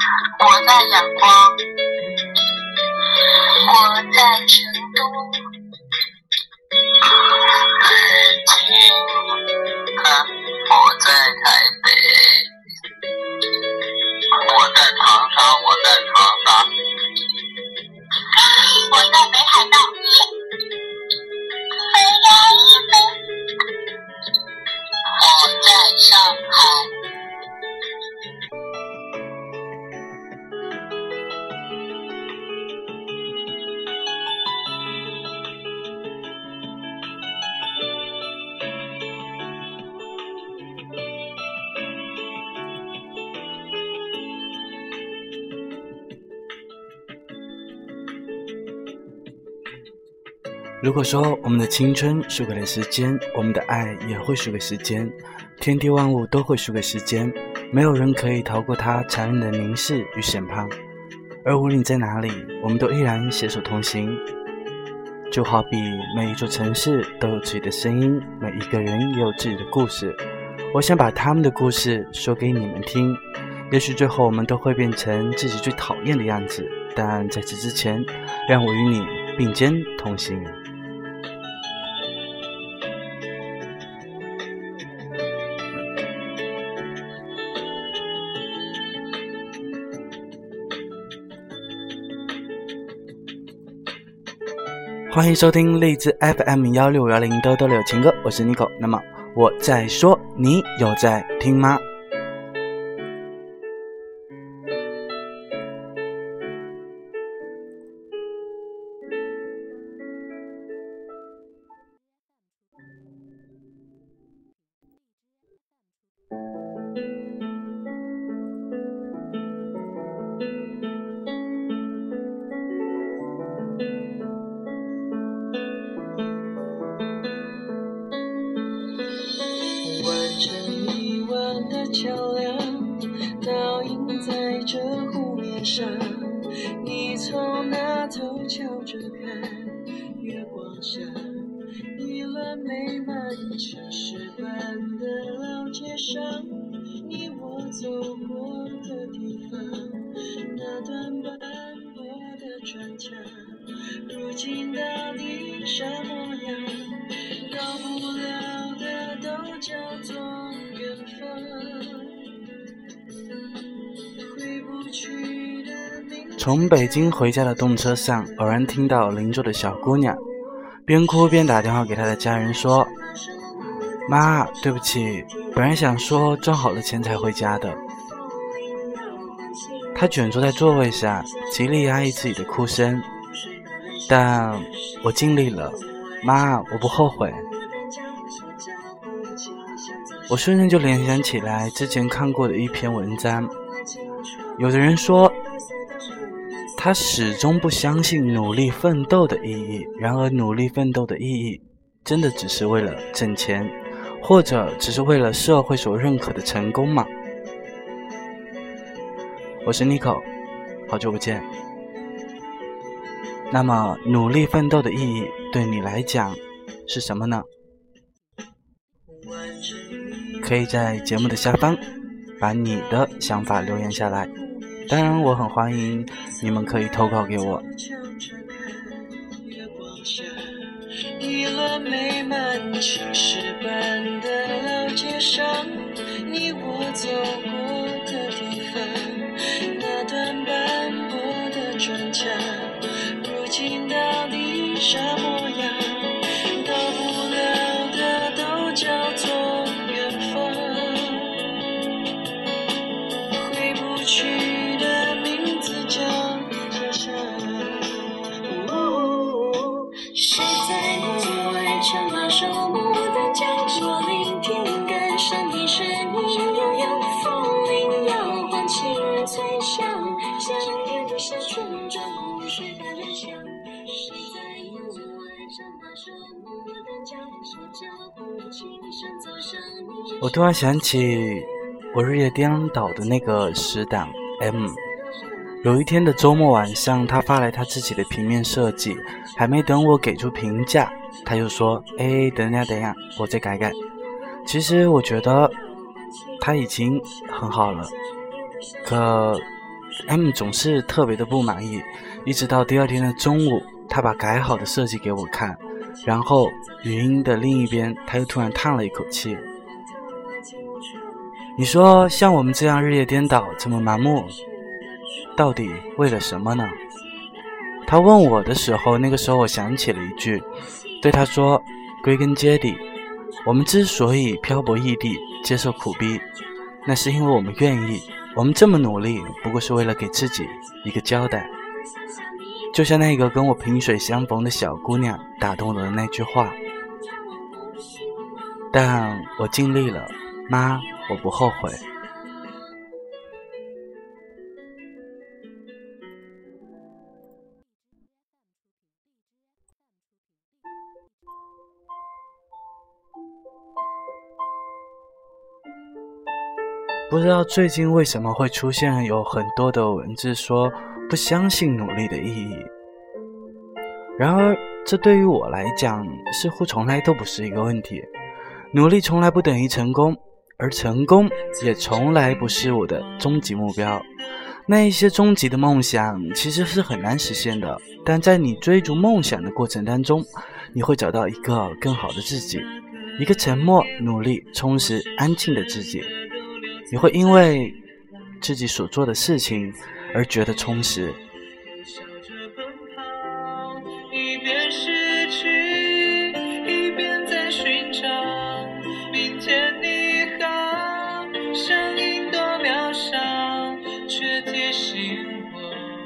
我在阳光，我在成都，北京，我在台北，我在长沙，我在北海道，飞呀一飞，我在上海。 如果说我们的青春输给了时间，我们的爱也会输给时间，天地万物都会输给时间，没有人可以逃过它残忍的凝视与审判。而无论你在哪里，我们都依然携手同行。就好比每一座城市都有自己的声音，每一个人也有自己的故事，我想把他们的故事说给你们听。也许最后我们都会变成自己最讨厌的样子，但在此之前，让我与你并肩同行。欢迎收听荔枝 FM16510兜兜里有情歌，我是 Nico。那么我在说，你有在听吗？ 桥梁倒映在这湖面上，你从那头瞧着看，月光下一轮美满城市般的老街上，你我走过的地方，那段斑驳的砖墙，如今到底什么样？到不了的都叫做远方。 从北京回家的动车上，偶然听到邻座的小姑娘边哭边打电话给她的家人说：“妈，对不起，本来想说赚好了钱才回家的。”她卷坐在座位上，极力压抑自己的哭声。但我尽力了，妈，我不后悔。我瞬间就联想起来之前看过的一篇文章，有的人说他始终不相信努力奋斗的意义，然而努力奋斗的意义真的只是为了挣钱，或者只是为了社会所认可的成功吗？我是 Nico， 好久不见。那么努力奋斗的意义对你来讲是什么呢？可以在节目的下方把你的想法留言下来，当然我很欢迎你们可以投稿给我。 一轮美满城市般的老街上，你我走过的地方，那段斑驳的砖墙，如今到底什么样？到不了的都叫做远方，回不去的名字叫家乡。谁在门外唱那首牡丹江？我聆听感伤的声音，悠悠风铃摇晃，清脆响，像夜的小村庄，无水的人香。谁在门外唱那首牡丹江？说脚步轻声走向你。 我突然想起我日夜颠倒的那个死党 M， 有一天的周末晚上，他发来他自己的平面设计，还没等我给出评价，他就说：“等一下，我再改改。”其实我觉得他已经很好了，可 M 总是特别的不满意，一直到第二天的中午，他把改好的设计给我看，然后语音的另一边，他又突然叹了一口气。你说像我们这样日夜颠倒，这么盲目，到底为了什么呢？他问我的时候，那个时候我想起了一句，对他说，归根结底，我们之所以漂泊异地，接受苦逼，那是因为我们愿意，我们这么努力，不过是为了给自己一个交代。就像那个跟我萍水相逢的小姑娘打动了那句话，但我尽力了，妈，我不后悔。不知道最近为什么会出现有很多的文字说不相信努力的意义，然而这对于我来讲似乎从来都不是一个问题。努力从来不等于成功，而成功也从来不是我的终极目标。那一些终极的梦想其实是很难实现的，但在你追逐梦想的过程当中，你会找到一个更好的自己，一个沉默、努力、充实、安静的自己。你会因为自己所做的事情而觉得充实。 一边失去，一边在寻找明天你好，声音多渺小，却提醒我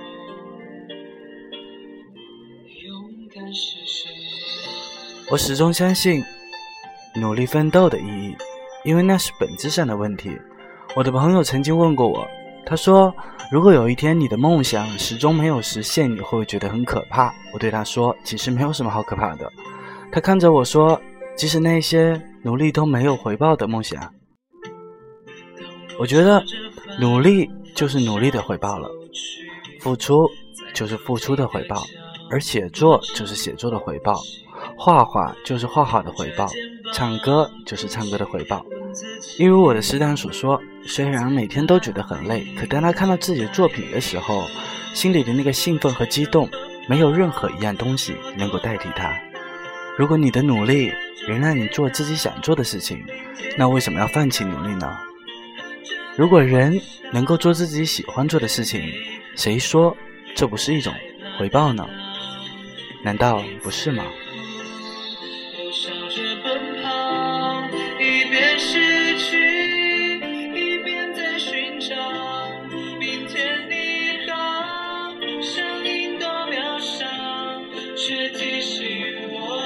勇敢是谁。 我始终相信努力奋斗的意义，因为那是本质上的问题。我的朋友曾经问过我，他说，如果有一天你的梦想始终没有实现，你会不会觉得很可怕？我对他说，其实没有什么好可怕的。他看着我说，即使那些努力都没有回报的梦想，我觉得努力就是努力的回报了，付出就是付出的回报，而写作就是写作的回报，画画就是画画的回报，唱歌就是唱歌的回报。一如我的师长所说，虽然每天都觉得很累，可当他看到自己的作品的时候，心里的那个兴奋和激动，没有任何一样东西能够代替它。如果你的努力能让你做自己想做的事情，那为什么要放弃努力呢？如果人能够做自己喜欢做的事情，谁说这不是一种回报呢？难道不是吗？ 笑着奔跑，一边失去，一边在寻找明天你好，声音多渺小，却提醒我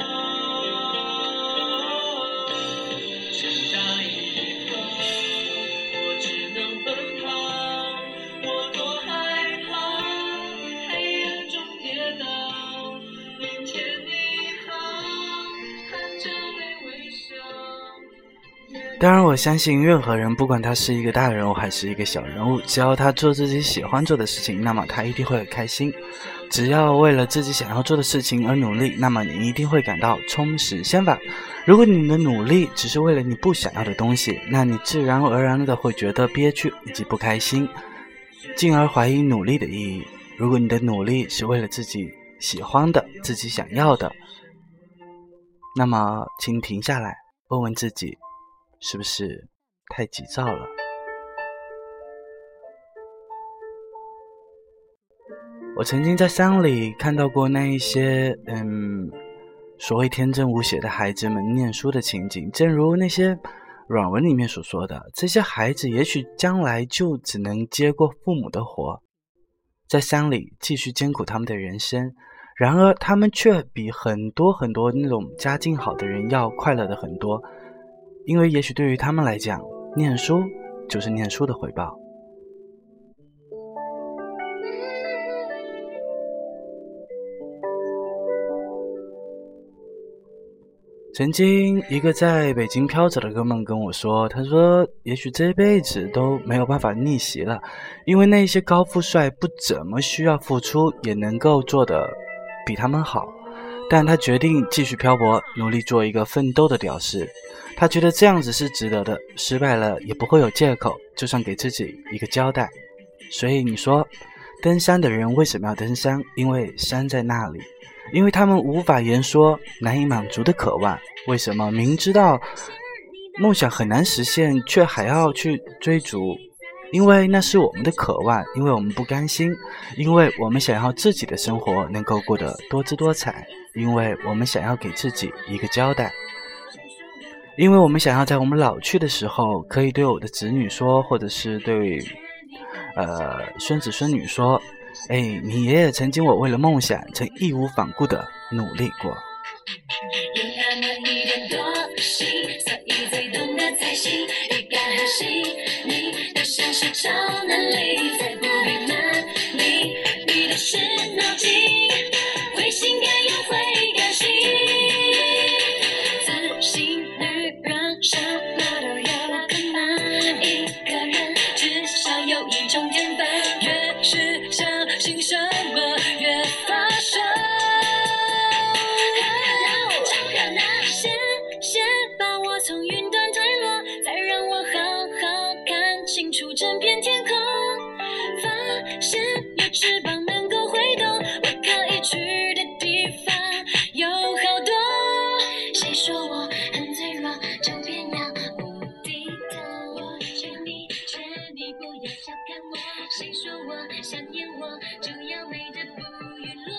长大以后我只能奔跑，我多害怕黑暗中跌倒，明天你好，含着泪微笑。 当然我相信任何人，不管他是一个大人物还是一个小人物，只要他做自己喜欢做的事情，那么他一定会很开心。只要为了自己想要做的事情而努力，那么你一定会感到充实。相反，如果你的努力只是为了你不想要的东西，那你自然而然的会觉得憋屈以及不开心，进而怀疑努力的意义。如果你的努力是为了自己喜欢的、自己想要的，那么请停下来问问自己，是不是太急躁了？我曾经在山里看到过那一些所谓天真无邪的孩子们念书的情景，正如那些软文里面所说的，这些孩子也许将来就只能接过父母的活，在山里继续艰苦他们的人生，然而他们却比很多很多那种家境好的人要快乐的很多，因为也许对于他们来讲，念书就是念书的回报。曾经一个在北京飘着的哥们跟我说，他说也许这辈子都没有办法逆袭了，因为那些高富帅不怎么需要付出也能够做得比他们好，但他决定继续漂泊，努力做一个奋斗的屌丝。他觉得这样子是值得的，失败了也不会有借口，就算给自己一个交代。 所以你说登山的人为什么要登山？因为山在那里，因为他们无法言说难以满足的渴望。为什么明知道梦想很难实现却还要去追逐？因为那是我们的渴望，因为我们不甘心，因为我们想要自己的生活能够过得多姿多彩，因为我们想要给自己一个交代，因为我们想要在我们老去的时候可以对我的子女说，或者是对孙子孙女说，你爷爷曾经我为了梦想曾义无反顾地努力过。 有那么一点多心，所以最懂得才行，预感和细腻都像是超能力，再不必难理你的是脑筋，会性感又会感性，自信女人什么都有可能，一个人至少有一种天分，越是相信什么越发生。把我从云端推落，再让我好好看清楚整片天空，发现有翅膀能够挥动，我可以去的地方有好多。谁说我很脆弱，就偏要无低头，我劝你不要小看我，谁说我想念我，就要美得不陨落。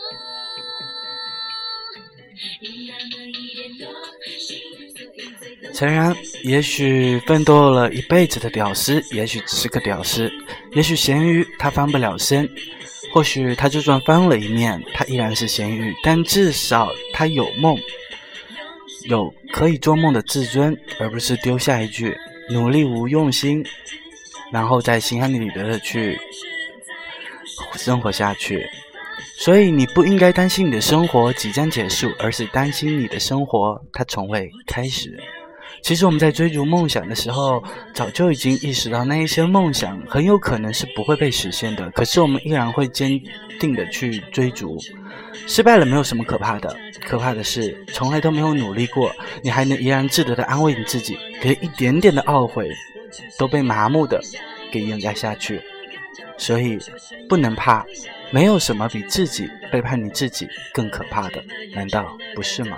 诚然，也许奋斗了一辈子的屌丝，也许只是个屌丝，也许咸鱼他翻不了身，或许他就算翻了一面，他依然是咸鱼，但至少他有梦，有可以做梦的自尊，而不是丢下一句努力无用心，然后再心安理得的去生活下去。所以你不应该担心你的生活即将结束，而是担心你的生活它从未开始。其实我们在追逐梦想的时候，早就已经意识到那一些梦想很有可能是不会被实现的，可是我们依然会坚定的去追逐。失败了没有什么可怕的，可怕的是从来都没有努力过，你还能怡然自得的安慰你自己，连一点点的懊悔都被麻木的给掩盖下去。所以不能怕，没有什么比自己背叛你自己更可怕的，难道不是吗？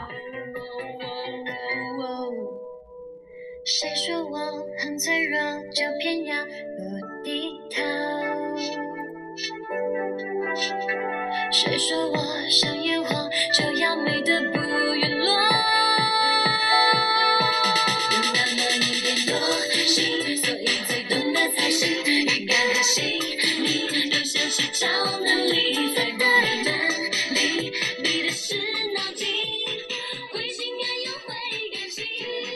谁说我很脆弱，就偏要不低头？谁说我像烟火，就要美得不陨落？有那么一点多心，所以最懂得才行，预感和细腻都像是超能力，再不必难理你的是脑筋，会性感又会感性。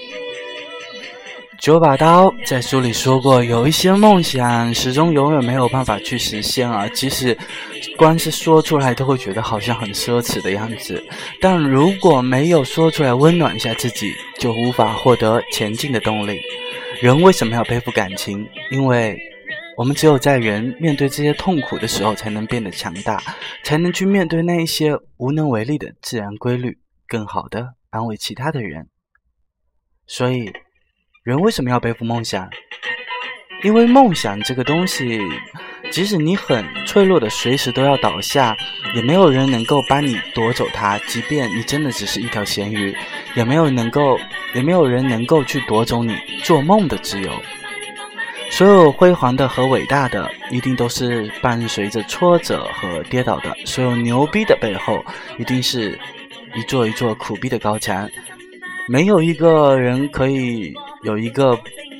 九把刀在书里说过，有一些梦想始终永远没有办法去实现啊，即使光是说出来都会觉得好像很奢侈的样子，但如果没有说出来温暖一下自己，就无法获得前进的动力。人为什么要背负感情？因为我们只有在人面对这些痛苦的时候才能变得强大，才能去面对那一些无能为力的自然规律，更好的安慰其他的人。所以人为什么要背负梦想？因为梦想这个东西，即使你很脆弱的随时都要倒下，也没有人能够把你夺走它，即便你真的只是一条咸鱼，也没有人能够去夺走你做梦的自由。所有辉煌的和伟大的一定都是伴随着挫折和跌倒的，所有牛逼的背后一定是一座一座苦逼的高墙。没有一个人可以有一个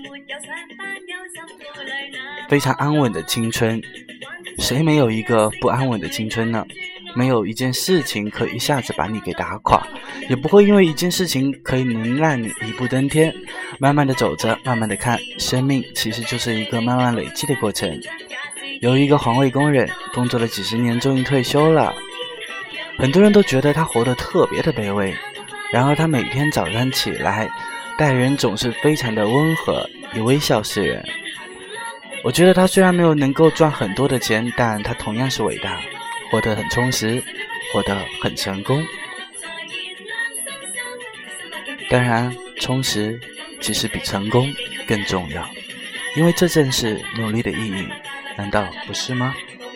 非常安稳的青春，谁没有一个不安稳的青春呢？没有一件事情可以一下子把你给打垮，也不会因为一件事情能让你一步登天。慢慢的走着，慢慢的看，生命其实就是一个慢慢累积的过程。有一个环卫工人工作了几十年，终于退休了，很多人都觉得他活得特别的卑微，然而他每天早上起来待人总是非常的温和，以微笑示人。我觉得他虽然没有能够赚很多的钱，但他同样是伟大，活得很充实，活得很成功。当然充实其实比成功更重要，因为这正是努力的意义。 难道不是吗？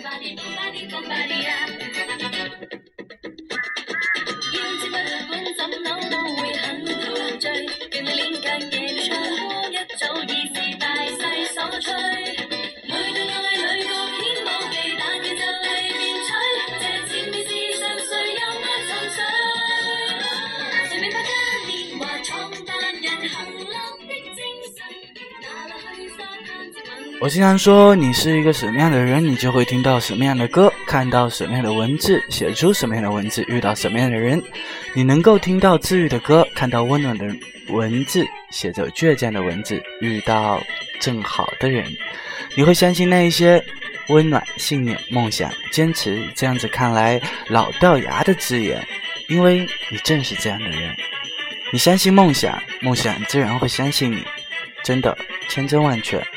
我经常说，你是一个什么样的人，你就会听到什么样的歌，看到什么样的文字，写出什么样的文字，遇到什么样的人。你能够听到治愈的歌，看到温暖的文字，写着倔强的文字，遇到正好的人，你会相信那一些温暖、信念、梦想、坚持，这样子看来老掉牙的字眼，因为你正是这样的人。你相信梦想，梦想自然会相信你，真的千真万确。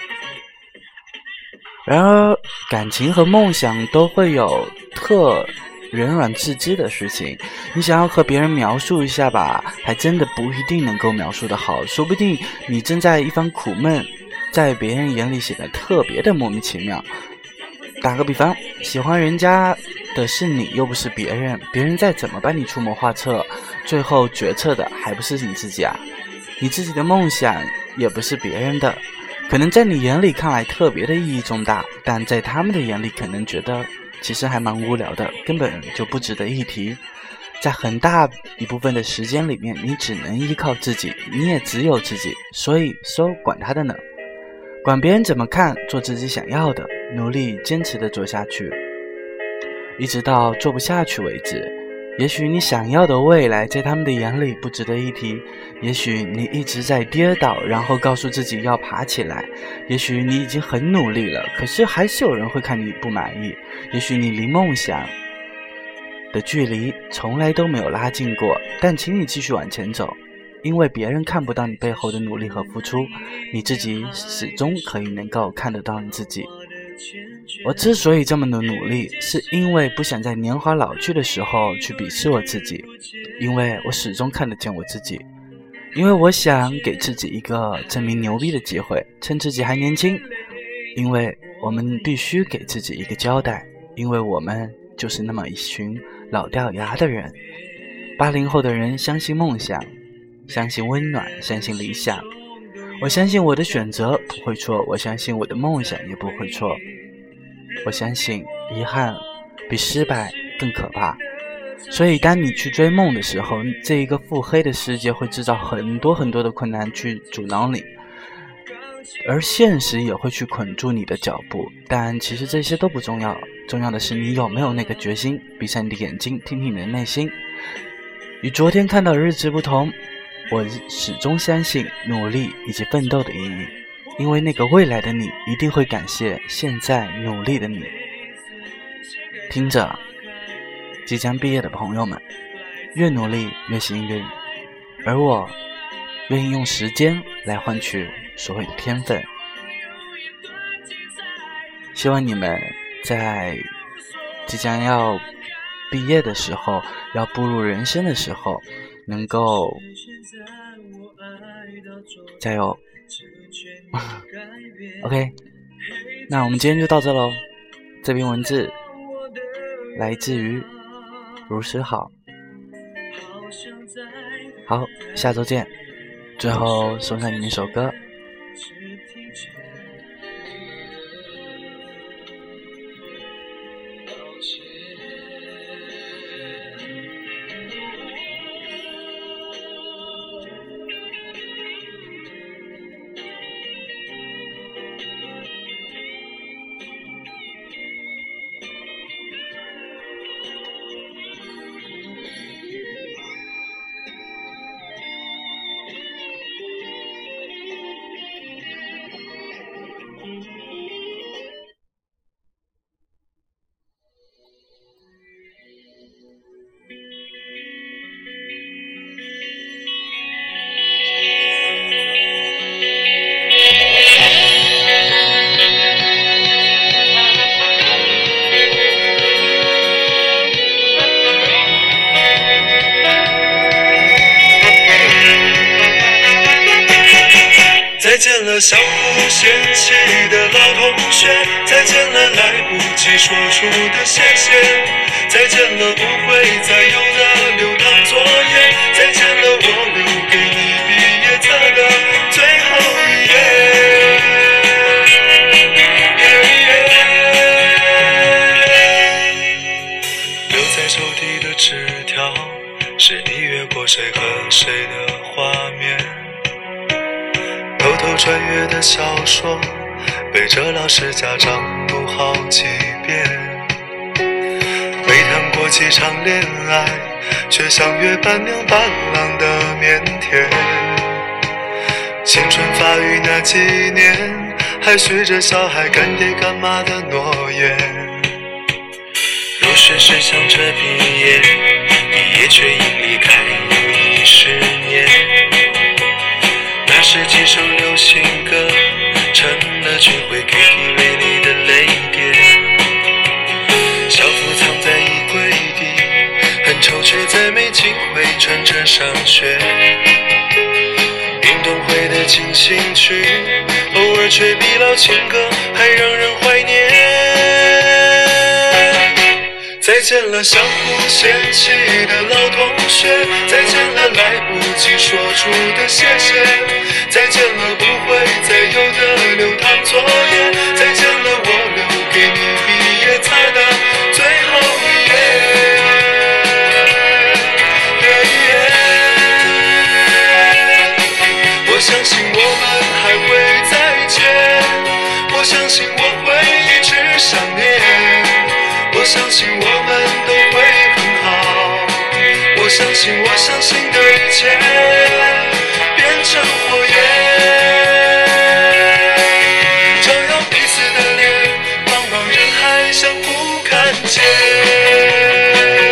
然而感情和梦想都会有特人软自知的事情，你想要和别人描述一下吧，还真的不一定能够描述得好，说不定你正在一番苦闷，在别人眼里显得特别的莫名其妙。打个比方，喜欢人家的是你，又不是别人，别人再怎么帮你出谋划策，最后决策的还不是你自己啊。你自己的梦想也不是别人的，可能在你眼里看来特别的意义重大，但在他们的眼里可能觉得其实还蛮无聊的，根本就不值得一提。在很大一部分的时间里面，你只能依靠自己，你也只有自己，所以说管他的呢，管别人怎么看，做自己想要的，努力坚持的做下去，一直到做不下去为止。也许你想要的未来在他们的眼里不值得一提，也许你一直在跌倒，然后告诉自己要爬起来，也许你已经很努力了，可是还是有人会看你不满意，也许你离梦想的距离从来都没有拉近过，但请你继续往前走，因为别人看不到你背后的努力和付出，你自己始终可以能够看得到你自己。我之所以这么的努力，是因为不想在年华老去的时候去鄙视我自己，因为我始终看得见我自己，因为我想给自己一个证明牛逼的机会，趁自己还年轻，因为我们必须给自己一个交代，因为我们就是那么一群老掉牙的人。80后的人相信梦想，相信温暖，相信理想。我相信我的选择不会错，我相信我的梦想也不会错。我相信遗憾比失败更可怕，所以当你去追梦的时候，这一个腹黑的世界会制造很多很多的困难去阻挠你，而现实也会去捆住你的脚步，但其实这些都不重要，重要的是你有没有那个决心。闭上你的眼睛，听听你的内心。与昨天看到的日子不同，我始终相信努力以及奋斗的意义，因为那个未来的你一定会感谢现在努力的你。听着，即将毕业的朋友们，越努力越幸运，而我愿意用时间来换取所谓的天分。希望你们在即将要毕业的时候，要步入人生的时候，能够加油。OK， 那我们今天就到这咯。这篇文字来自于如诗好。好，下周见。最后送上你们一首歌。 再见了相互嫌弃的老同学， 学，再见了来不及说出的谢谢，再见了不会再有的流淌作业，再见了我留给你毕业册的最后一页。留在抽屉的纸条，是你越过谁和谁的画面，偷偷穿越的小说，背着老师家长读好几遍，没谈过几场恋爱，却像约伴娘伴郎的腼腆。青春发育那几年，还许着小孩干爹干妈的诺言。入学时想着毕业，毕业却因离开又10年。那时几首流行歌成了聚会 KTV 里的泪点，校服藏在衣柜底，很丑却再没机会穿着上学。运动会的进行曲，偶尔却比老情歌还让人怀念。再见了相互嫌弃的老同学，再见了来不及说出的谢谢，再见了不会再有的流淌作业，再见了我留给你毕业册的最后一页。我相信我们还会再见，我相信我会一直想念，我相信我们都会很好，我相信我相信的一切变成火焰，照耀彼此的脸，茫茫人海相互看见。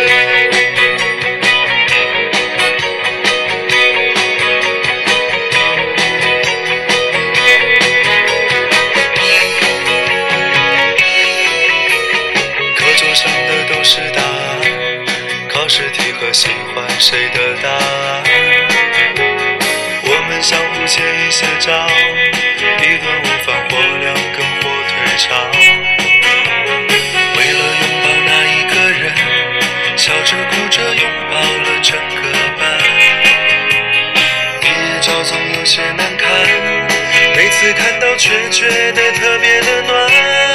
考试题和喜欢谁的答案，我们相互借一些招，一顿午饭或2根火腿肠，为了拥抱那一个人，笑着哭着拥抱了整个班。毕业照总有些难看，每次看到却觉得特别的暖。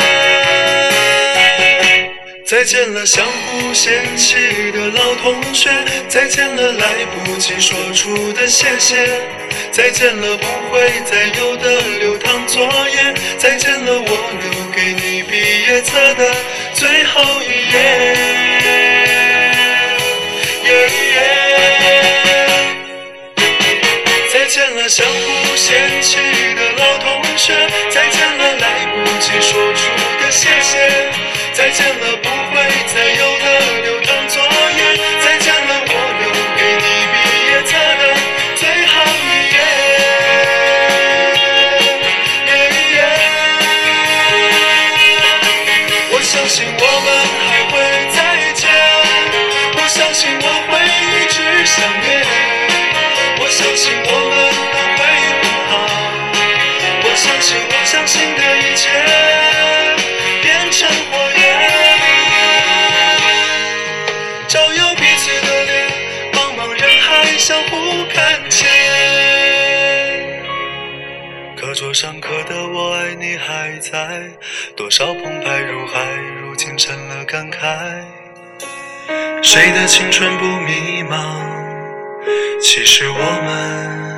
再见了相互嫌弃的老同学，再见了来不及说出的谢谢，再见了不会再有的流淌作业，再见了我留给你毕业册的最后一页。再见了相互嫌弃的老同学，再见了来不及说出的谢谢，再见了不会再有的流淌作业，再见了我留给你毕业册的最后一页。我相信我们还会再见，我相信我会一直想念，我相信我们都会很好，我相信我相信的一切变成火焰，照耀彼此的脸，茫茫人海相互看见。课桌上刻的我爱你还在，多少澎湃如海，如今成了感慨。谁的青春不迷茫？其实我们